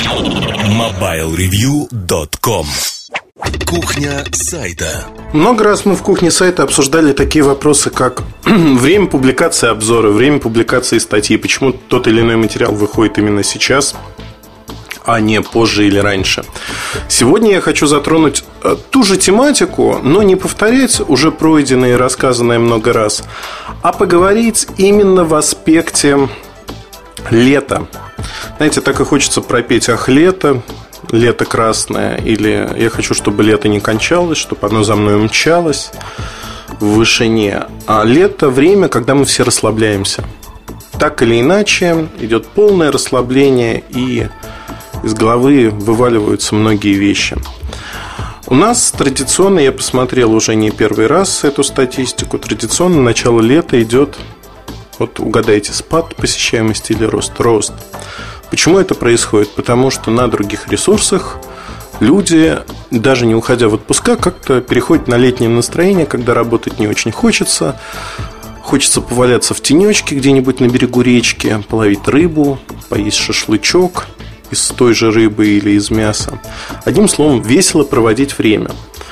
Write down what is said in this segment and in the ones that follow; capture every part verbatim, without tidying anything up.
мобайл ревью точка ком. Кухня сайта. Много раз мы в кухне сайта обсуждали такие вопросы, как время публикации обзора, время публикации статьи, почему тот или иной материал выходит именно сейчас, а не позже или раньше. Сегодня я хочу затронуть ту же тематику, но не повторять уже пройденное и рассказанное много раз, а поговорить именно в аспекте лета. Знаете, так и хочется пропеть: ах, лето, лето красное, или я хочу, чтобы лето не кончалось, чтобы оно за мной мчалось в вышине. А лето – время, когда мы все расслабляемся. Так или иначе, идет полное расслабление, и из головы вываливаются многие вещи. У нас традиционно, я посмотрел уже не первый раз эту статистику, традиционно начало лета идет, вот угадайте, спад посещаемости или рост? Рост. Почему это происходит? Потому что на других ресурсах люди, даже не уходя в отпуска, как-то переходят на летнее настроение, когда работать не очень хочется. Хочется поваляться в тенечке где-нибудь на берегу речки, половить рыбу, поесть шашлычок из той же рыбы или из мяса. Одним словом, весело проводить время.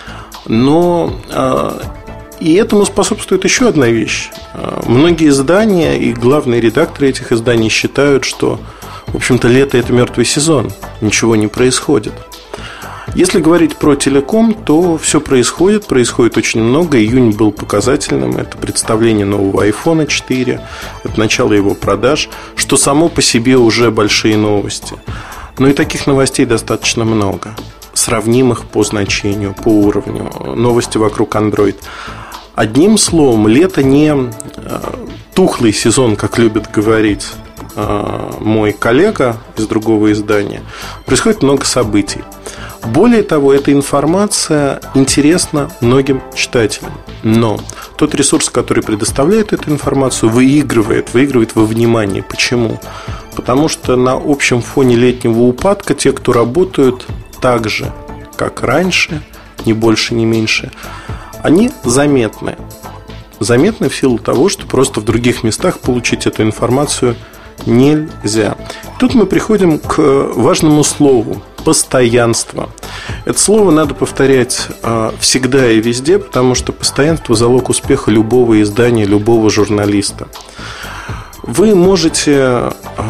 Но э, и этому способствует еще одна вещь. Э, многие издания и главные редакторы этих изданий считают, что, в общем-то, лето – это мертвый сезон, ничего не происходит. Если говорить про телеком, то все происходит, происходит очень много. Июнь был показательным. Это представление нового айфон четыре, это начало его продаж, что само по себе уже большие новости. Но и таких новостей достаточно много, сравнимых по значению, по уровню. Новости вокруг Android. Одним словом, лето не тухлый сезон, как любит говорить мой коллега из другого издания. Происходит много событий. Более того, эта информация интересна многим читателям. Но тот ресурс, который предоставляет эту информацию, выигрывает, выигрывает во внимании. Почему? Потому что на общем фоне летнего упадка те, кто работают так же, как раньше, ни больше, ни меньше, они заметны. Заметны в силу того, что просто в других местах получить эту информацию нельзя. Тут мы приходим к важному слову – постоянство. Это слово надо повторять э, всегда и везде, потому что постоянство – залог успеха любого издания, любого журналиста. Вы можете э,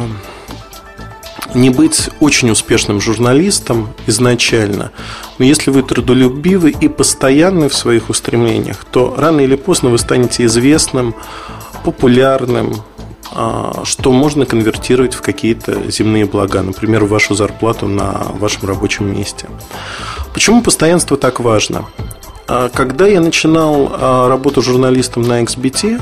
не быть очень успешным журналистом изначально, но если вы трудолюбивы и постоянны в своих устремлениях, то рано или поздно вы станете известным, популярным, что можно конвертировать в какие-то земные блага, например, в вашу зарплату на вашем рабочем месте. Почему постоянство так важно? Когда я начинал работу журналистом на икс би ти,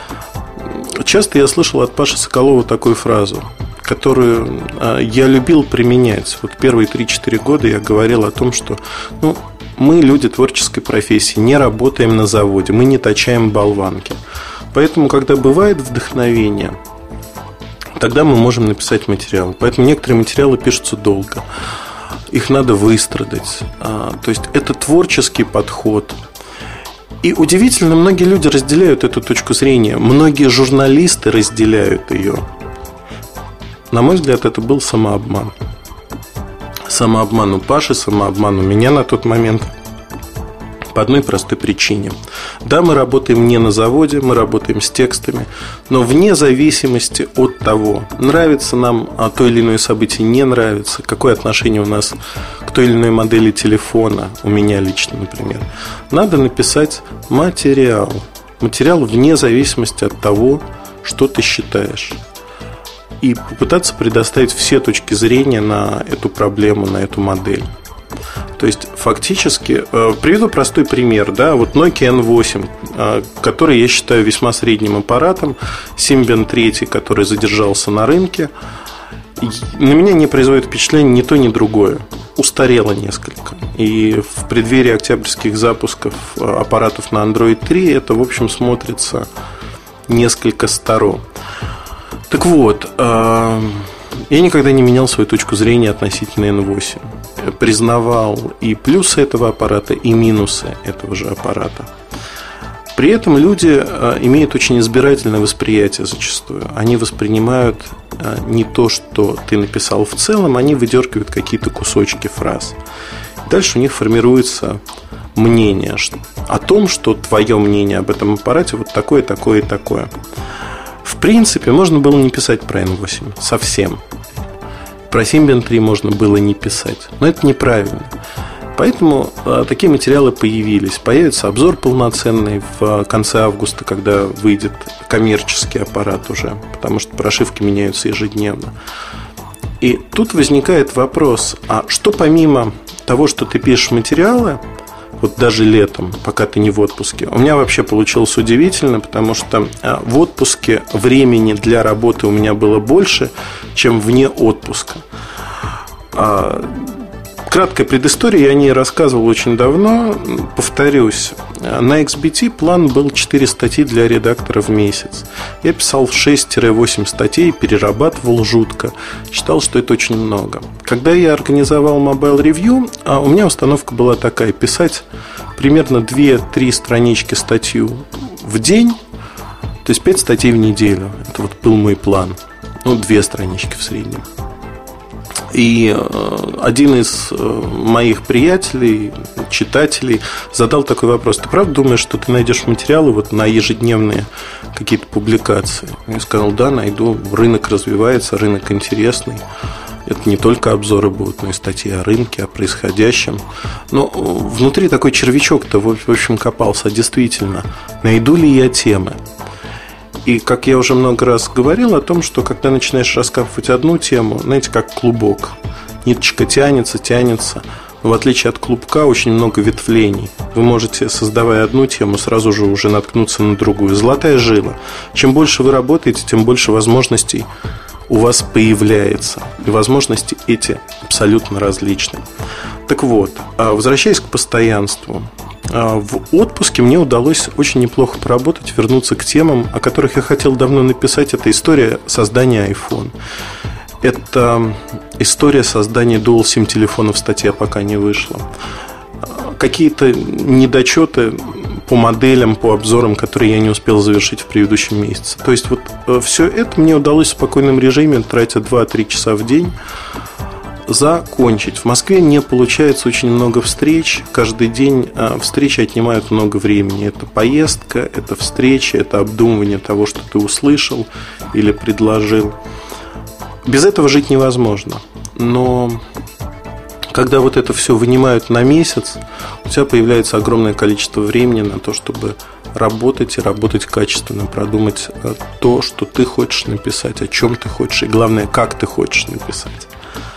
часто я слышал от Паши Соколова такую фразу, которую я любил применять. Вот первые три-четыре года я говорил о том, что ну, мы люди творческой профессии, не работаем на заводе, мы не точаем болванки. Поэтому, когда бывает вдохновение, тогда мы можем написать материал. Поэтому некоторые материалы пишутся долго. Их надо выстрадать. То есть это творческий подход. И удивительно, многие люди разделяют эту точку зрения. Многие журналисты разделяют ее. На мой взгляд, это был самообман. Самообман у Паши, самообман у меня на тот момент. По одной простой причине. Да, мы работаем не на заводе, мы работаем с текстами, но вне зависимости от того, нравится нам а то или иное событие, не нравится, какое отношение у нас к той или иной модели телефона, у меня лично, например, надо написать материал. Материал вне зависимости от того, что ты считаешь. И попытаться предоставить все точки зрения на эту проблему, на эту модель. То есть, фактически, приведу простой пример, да, вот Nokia эн восемь, который я считаю весьма средним аппаратом, Symbian три, который задержался на рынке, на меня не производит впечатление ни то, ни другое. Устарело несколько. И в преддверии октябрьских запусков аппаратов на Android три это, в общем, смотрится несколько старо. Так вот, я никогда не менял свою точку зрения относительно эн восемь. Признавал и плюсы этого аппарата, и минусы этого же аппарата. При этом люди имеют очень избирательное восприятие зачастую. Они воспринимают не то, что ты написал в целом, они выдергивают какие-то кусочки фраз. Дальше у них формируется мнение о том, что твое мнение об этом аппарате вот такое, такое и такое. В принципе, можно было не писать про эн восемь совсем. Про Symbian три можно было не писать. Но это неправильно. Поэтому а, такие материалы появились. Появится обзор полноценный в конце августа, когда выйдет коммерческий аппарат уже, потому что прошивки меняются ежедневно. И тут возникает вопрос: а что помимо того, что ты пишешь материалы, вот даже летом, пока ты не в отпуске, у меня вообще получилось удивительно, потому что а, в отпуске времени для работы у меня было больше, чем вне отпуска. а, Краткая предыстория, я о ней рассказывал очень давно. Повторюсь, на икс би ти план был четыре статьи для редактора в месяц. Я писал шесть-восемь статей, перерабатывал жутко. Считал, что это очень много. Когда я организовал Mobile Review, у меня установка была такая: писать примерно две-три странички статью в день, то есть пять статей в неделю. Это вот был мой план. Ну, две странички в среднем. И один из моих приятелей, читателей, задал такой вопрос: ты правда думаешь, что ты найдешь материалы вот на ежедневные какие-то публикации? Я сказал: да, найду. Рынок развивается, рынок интересный. Это не только обзоры будут, но и статьи о рынке, о происходящем. Но внутри такой червячок-то, в общем, копался. Действительно, найду ли я темы? И, как я уже много раз говорил о том, что когда начинаешь раскапывать одну тему, знаете, как клубок, ниточка тянется, тянется. Но в отличие от клубка очень много ветвлений. Вы можете, создавая одну тему, сразу же уже наткнуться на другую. Золотая жила. Чем больше вы работаете, тем больше возможностей у вас появляется. И возможности эти абсолютно различны. Так вот, возвращаясь к постоянству. В отпуске мне удалось очень неплохо поработать, вернуться к темам, о которых я хотел давно написать. Это история создания iPhone. Это история создания Dual SIM телефонов, статья пока не вышла. Какие-то недочеты по моделям, по обзорам, которые я не успел завершить в предыдущем месяце. То есть вот все это мне удалось в спокойном режиме, тратя два-три часа в день, закончить. В Москве не получается очень много встреч. Каждый день встречи отнимают много времени. Это поездка, это встреча, это обдумывание того, что ты услышал или предложил. Без этого жить невозможно. Но когда вот это все вынимают на месяц, у тебя появляется огромное количество времени на то, чтобы работать и работать качественно, продумать то, что ты хочешь написать, о чем ты хочешь, и главное, как ты хочешь написать.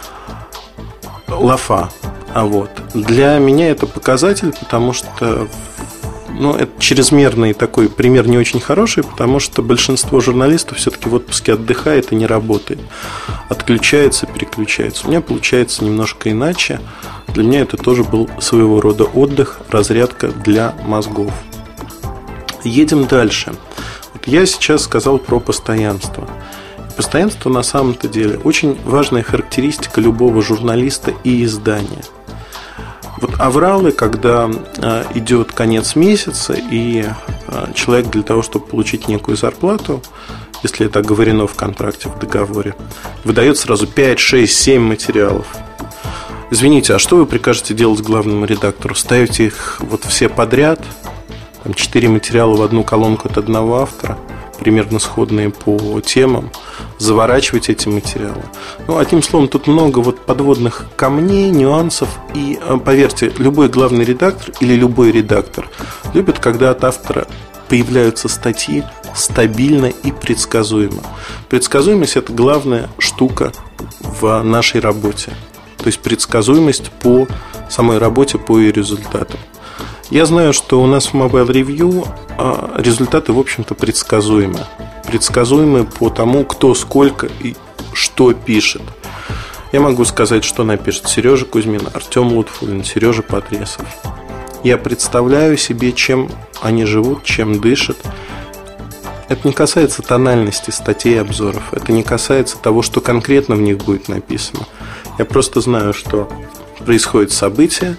Лафа. А вот для меня это показатель, потому что, ну, это чрезмерный такой пример не очень хороший, потому что большинство журналистов все-таки в отпуске отдыхает и не работает, отключается, переключается. У меня получается немножко иначе. Для меня это тоже был своего рода отдых, разрядка для мозгов. Едем дальше. Вот я сейчас сказал про постоянство. Постоянство на самом-то деле очень важная характеристика любого журналиста и издания. Вот авралы, когда э, идет конец месяца, и э, человек для того, чтобы получить некую зарплату, если это оговорено в контракте, в договоре, выдает сразу пять, шесть, семь материалов. Извините, а что вы прикажете делать главному редактору? Ставить их вот все подряд? Там четыре материала в одну колонку от одного автора, примерно сходные по темам, заворачивать эти материалы. Ну, одним словом, тут много вот подводных камней, нюансов. И, поверьте, любой главный редактор или любой редактор любит, когда от автора появляются статьи стабильно и предсказуемо. Предсказуемость – это главная штука в нашей работе. То есть предсказуемость по самой работе, по ее результатам. Я знаю, что у нас в Mobile Review результаты, в общем-то, предсказуемы. Предсказуемы по тому, кто сколько и что пишет. Я могу сказать, что напишет Сережа Кузьмин, Артем Лутфуллин, Сережа Потресов. Я представляю себе, чем они живут, чем дышат. Это не касается тональности статей и обзоров. Это не касается того, что конкретно в них будет написано. Я просто знаю, что происходит событие.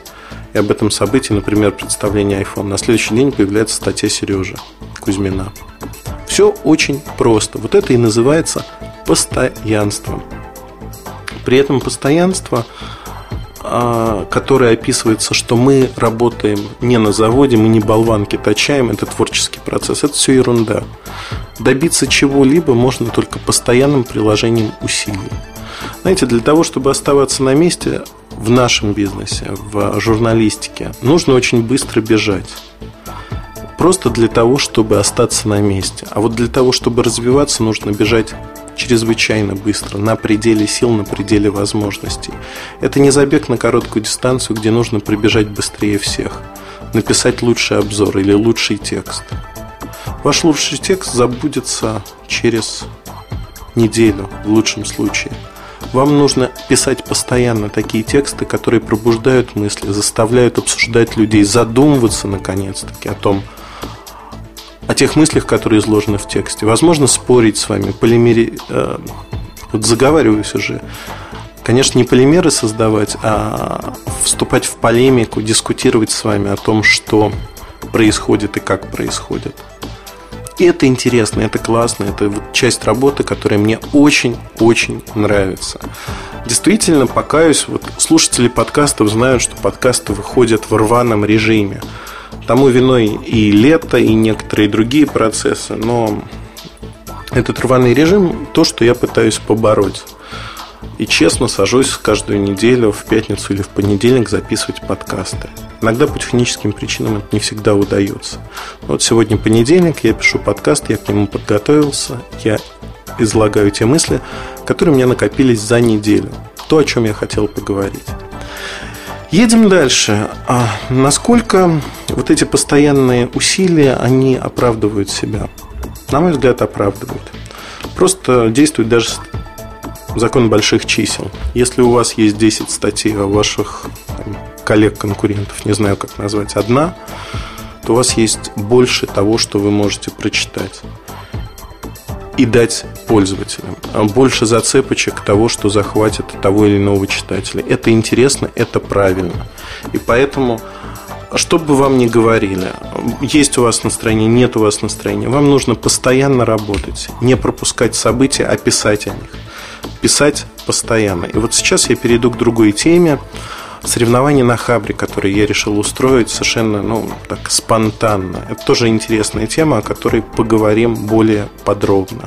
и об этом событии, например, представление iPhone, на следующий день появляется статья Сережи Кузьмина. Все очень просто. Вот это и называется постоянством. При этом постоянство, которое описывается, что мы работаем не на заводе, мы не болванки точаем, это творческий процесс, это все ерунда. Добиться чего-либо можно только постоянным приложением усилий. Знаете, для того, чтобы оставаться на месте в нашем бизнесе, в журналистике, нужно очень быстро бежать. Просто для того, чтобы остаться на месте. А вот для того, чтобы развиваться, нужно бежать чрезвычайно быстро, на пределе сил, на пределе возможностей. Это не забег на короткую дистанцию, где нужно пробежать быстрее всех, написать лучший обзор или лучший текст. Ваш лучший текст забудется через неделю, в лучшем случае. Вам нужно писать постоянно такие тексты, которые пробуждают мысли, заставляют обсуждать людей, задумываться наконец-таки о том, о тех мыслях, которые изложены в тексте. Возможно, спорить с вами, полимери... э, вот заговариваюсь уже. Конечно, не полимеры создавать, а вступать в полемику, дискутировать с вами о том, что происходит и как происходит. И это интересно, это классно, это вот часть работы, которая мне очень-очень нравится. Действительно, покаюсь, вот слушатели подкастов знают, что подкасты выходят в рваном режиме. Тому виной и лето, и некоторые другие процессы. Но этот рваный режим – то, что я пытаюсь побороть. И честно сажусь каждую неделю в пятницу или в понедельник записывать подкасты. Иногда по техническим причинам это не всегда удается. Вот сегодня понедельник, я пишу подкаст, я к нему подготовился. Я излагаю те мысли, которые у меня накопились за неделю. То, о чем я хотел поговорить. Едем дальше. А насколько вот эти постоянные усилия, они оправдывают себя? На мой взгляд, оправдывают. Просто действует даже закон больших чисел. Если у вас есть десять статей, а у ваших там, коллег-конкурентов, не знаю, как назвать, одна, то у вас есть больше того, что вы можете прочитать и дать пользователям. Больше зацепочек того, что захватит того или иного читателя. Это интересно, это правильно. И поэтому, что бы вам ни говорили, есть у вас настроение, нет у вас настроения, вам нужно постоянно работать, не пропускать события, а писать о них. Писать постоянно. И вот сейчас я перейду к другой теме. Соревнования на Хабре, которые я решил устроить совершенно, ну, так, спонтанно. Это тоже интересная тема, о которой поговорим более подробно.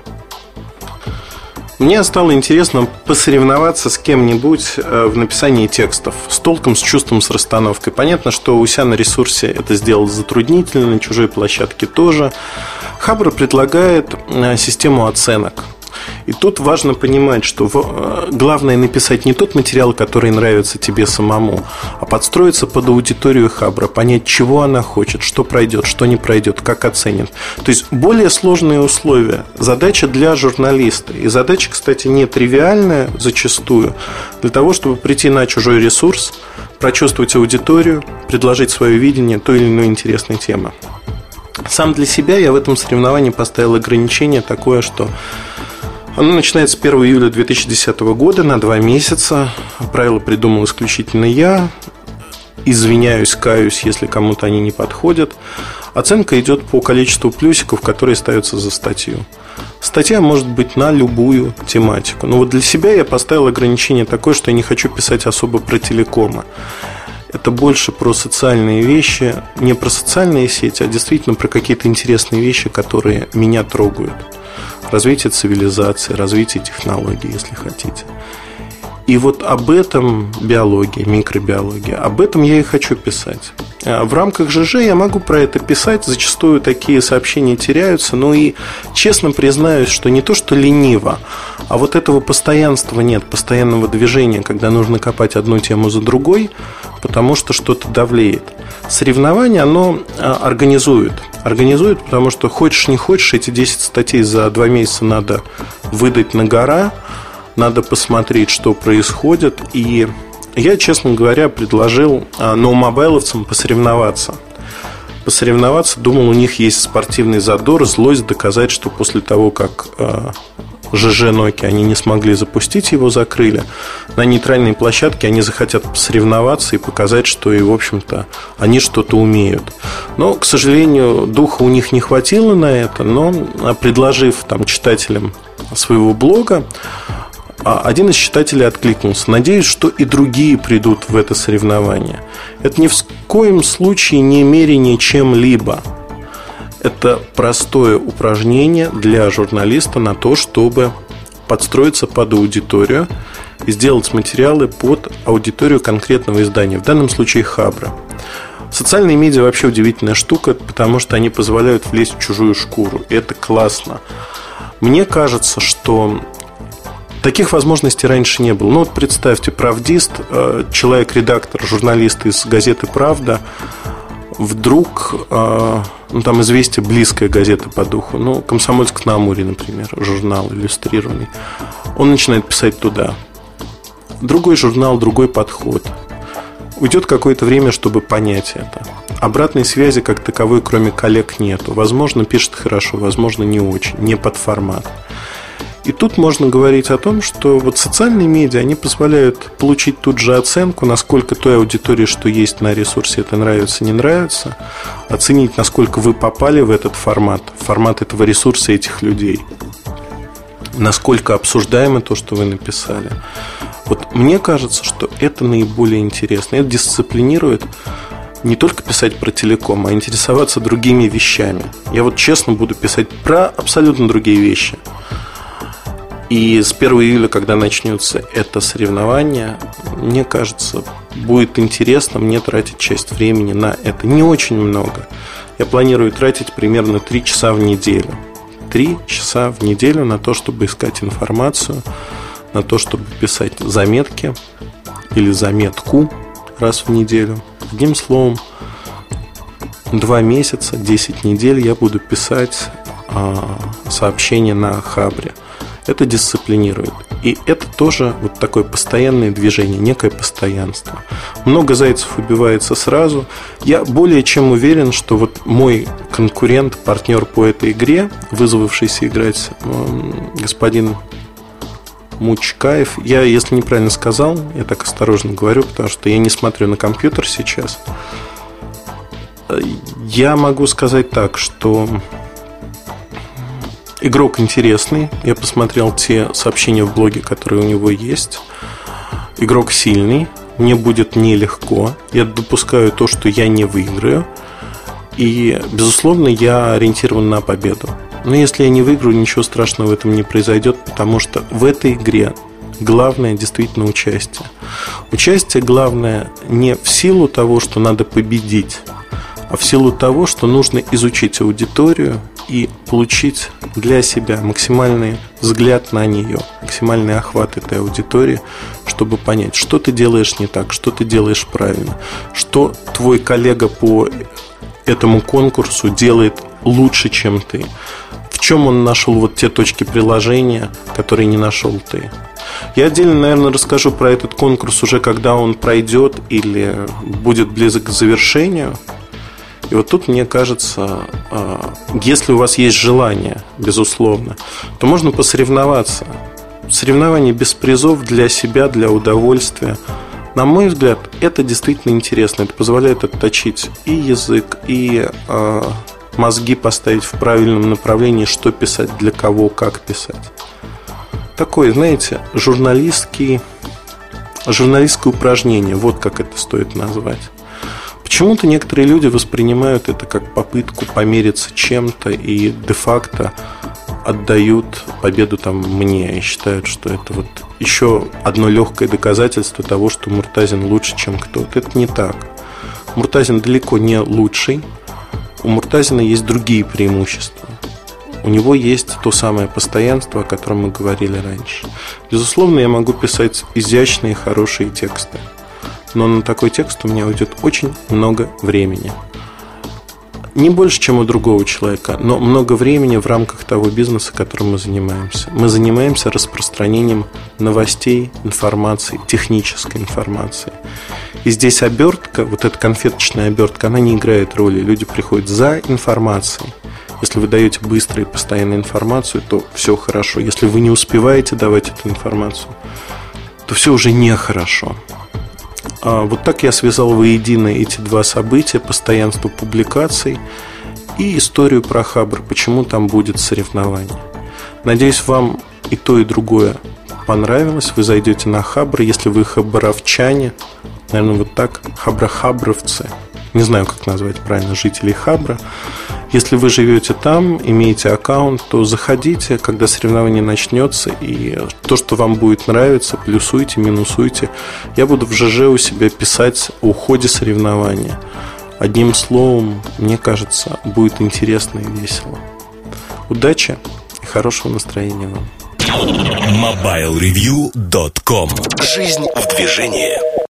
Мне стало интересно посоревноваться с кем-нибудь в написании текстов с толком, с чувством, с расстановкой. Понятно, что у себя на ресурсе это сделать затруднительно, на чужой площадке тоже. Хабр предлагает систему оценок. И тут важно понимать, что главное написать не тот материал, который нравится тебе самому, а подстроиться под аудиторию Хабра, понять, чего она хочет, что пройдет, что не пройдет, как оценит. То есть более сложные условия. Задача для журналиста. И задача, кстати, не тривиальная зачастую. Для того, чтобы прийти на чужой ресурс, прочувствовать аудиторию, предложить свое видение той или иной интересной темы. Сам для себя я в этом соревновании поставил ограничение такое, что оно начинается с первого июля две тысячи десятого года на два месяца. Правила придумал исключительно я. Извиняюсь, каюсь, если кому-то они не подходят. Оценка идет по количеству плюсиков, которые ставятся за статью. Статья может быть на любую тематику. Но вот для себя я поставил ограничение такое, что я не хочу писать особо про телекомы. Это больше про социальные вещи. Не про социальные сети, а действительно про какие-то интересные вещи, которые меня трогают. Развитие цивилизации, развитие технологий, если хотите. И вот об этом биология, микробиология, об этом я и хочу писать. В рамках ЖЖ я могу про это писать. Зачастую такие сообщения теряются. Но и честно признаюсь, что не то, что лениво, а вот этого постоянства нет, постоянного движения, когда нужно копать одну тему за другой, потому что что-то давлеет. Соревнование, оно организует. Организует, потому что хочешь не хочешь, эти десять статей за два месяца надо выдать на гора. Надо посмотреть, что происходит. И я, честно говоря, предложил ноумобайловцам посоревноваться. Посоревноваться, думал, у них есть спортивный задор, злость доказать, что после того, как ЖЖ Nokia, они не смогли запустить, его закрыли. На нейтральной площадке они захотят соревноваться и показать, что и, в общем-то, они что-то умеют. Но, к сожалению, духа у них не хватило на это. Но, предложив там читателям своего блога, один из читателей откликнулся: надеюсь, что и другие придут в это соревнование. Это ни в коем случае не мерение чем-либо. Это простое упражнение для журналиста на то, чтобы подстроиться под аудиторию и сделать материалы под аудиторию конкретного издания, в данном случае Хабра. Социальные медиа вообще удивительная штука, потому что они позволяют влезть в чужую шкуру. И это классно. Мне кажется, что таких возможностей раньше не было. Ну вот представьте, правдист, человек-редактор, журналист из газеты «Правда», вдруг, ну там «Известия» близкая газета по духу, ну «Комсомольск на Амуре», например, журнал иллюстрированный, он начинает писать туда. Другой журнал, другой подход. Уйдет какое-то время, чтобы понять это. Обратной связи как таковой, кроме коллег, нету. Возможно, пишет хорошо, возможно, не очень, не под формат. И тут можно говорить о том, что вот социальные медиа, они позволяют получить тут же оценку, насколько той аудитории, что есть на ресурсе, это нравится, не нравится, оценить, насколько вы попали в этот формат, формат этого ресурса, этих людей, насколько обсуждаемо то, что вы написали. Вот мне кажется, что это наиболее интересно. Это дисциплинирует не только писать про телеком, а интересоваться другими вещами. Я вот честно буду писать про абсолютно другие вещи. И с первого июля, когда начнется это соревнование, мне кажется, будет интересно мне тратить часть времени на это. Не очень много. Я планирую тратить примерно три часа в неделю. Три часа в неделю на то, чтобы искать информацию, на то, чтобы писать заметки или заметку раз в неделю. Одним словом, два месяца, десять недель я буду писать а, сообщения на Хабре. Это дисциплинирует. И это тоже вот такое постоянное движение, некое постоянство. Много зайцев убивается сразу. Я более чем уверен, что вот мой конкурент, партнер по этой игре, вызвавшийся играть, господин Мучкаев, я, если неправильно сказал, я так осторожно говорю, потому что я не смотрю на компьютер сейчас, я могу сказать так, что игрок интересный. Я посмотрел те сообщения в блоге, которые у него есть. Игрок сильный. Мне будет нелегко. Я допускаю то, что я не выиграю. И, безусловно, я ориентирован на победу. Но если я не выиграю, ничего страшного в этом не произойдет, потому что в этой игре главное действительно участие. Участие главное не в силу того, что надо победить, а в силу того, что нужно изучить аудиторию и получить для себя максимальный взгляд на нее, максимальный охват этой аудитории, чтобы понять, что ты делаешь не так, что ты делаешь правильно, что твой коллега по этому конкурсу делает лучше, чем ты, в чем он нашел вот те точки приложения, которые не нашел ты. Я отдельно, наверное, расскажу про этот конкурс уже когда он пройдет или будет близок к завершению. И вот тут, мне кажется, если у вас есть желание, безусловно, то можно посоревноваться. Соревнования без призов для себя, для удовольствия. На мой взгляд, это действительно интересно. Это позволяет отточить и язык, и э, мозги поставить в правильном направлении, что писать, для кого, как писать. Такое, знаете, журналистский, журналистское упражнение. Вот как это стоит назвать. Почему-то некоторые люди воспринимают это как попытку помериться чем-то и де-факто отдают победу там мне и считают, что это вот еще одно легкое доказательство того, что Муртазин лучше, чем кто-то. Это не так. Муртазин далеко не лучший. У Муртазина есть другие преимущества. У него есть то самое постоянство, о котором мы говорили раньше. Безусловно, я могу писать изящные, хорошие тексты. Но на такой текст у меня уйдет очень много времени. Не больше, чем у другого человека, но много времени в рамках того бизнеса, которым мы занимаемся. Мы занимаемся распространением новостей, информации, технической информации. И здесь обертка, вот эта конфеточная обертка, она не играет роли. Люди приходят за информацией. Если вы даете быстро и постоянно информацию, то все хорошо. Если вы не успеваете давать эту информацию, то все уже нехорошо. А вот так я связал воедино эти два события: постоянство публикаций и историю про Хабр, почему там будет соревнование. Надеюсь, вам и то, и другое понравилось. Вы зайдете на Хабр, если вы хабаровчане, наверное, вот так, хаброхабровцы, не знаю, как назвать правильно, жителей Хабра. Если вы живете там, имеете аккаунт, то заходите, когда соревнование начнется, и то, что вам будет нравиться, плюсуйте, минусуйте. Я буду в ЖЖ у себя писать о ходе соревнования. Одним словом, мне кажется, будет интересно и весело. Удачи и хорошего настроения вам. мобайл ревью точка ком. Жизнь в движении.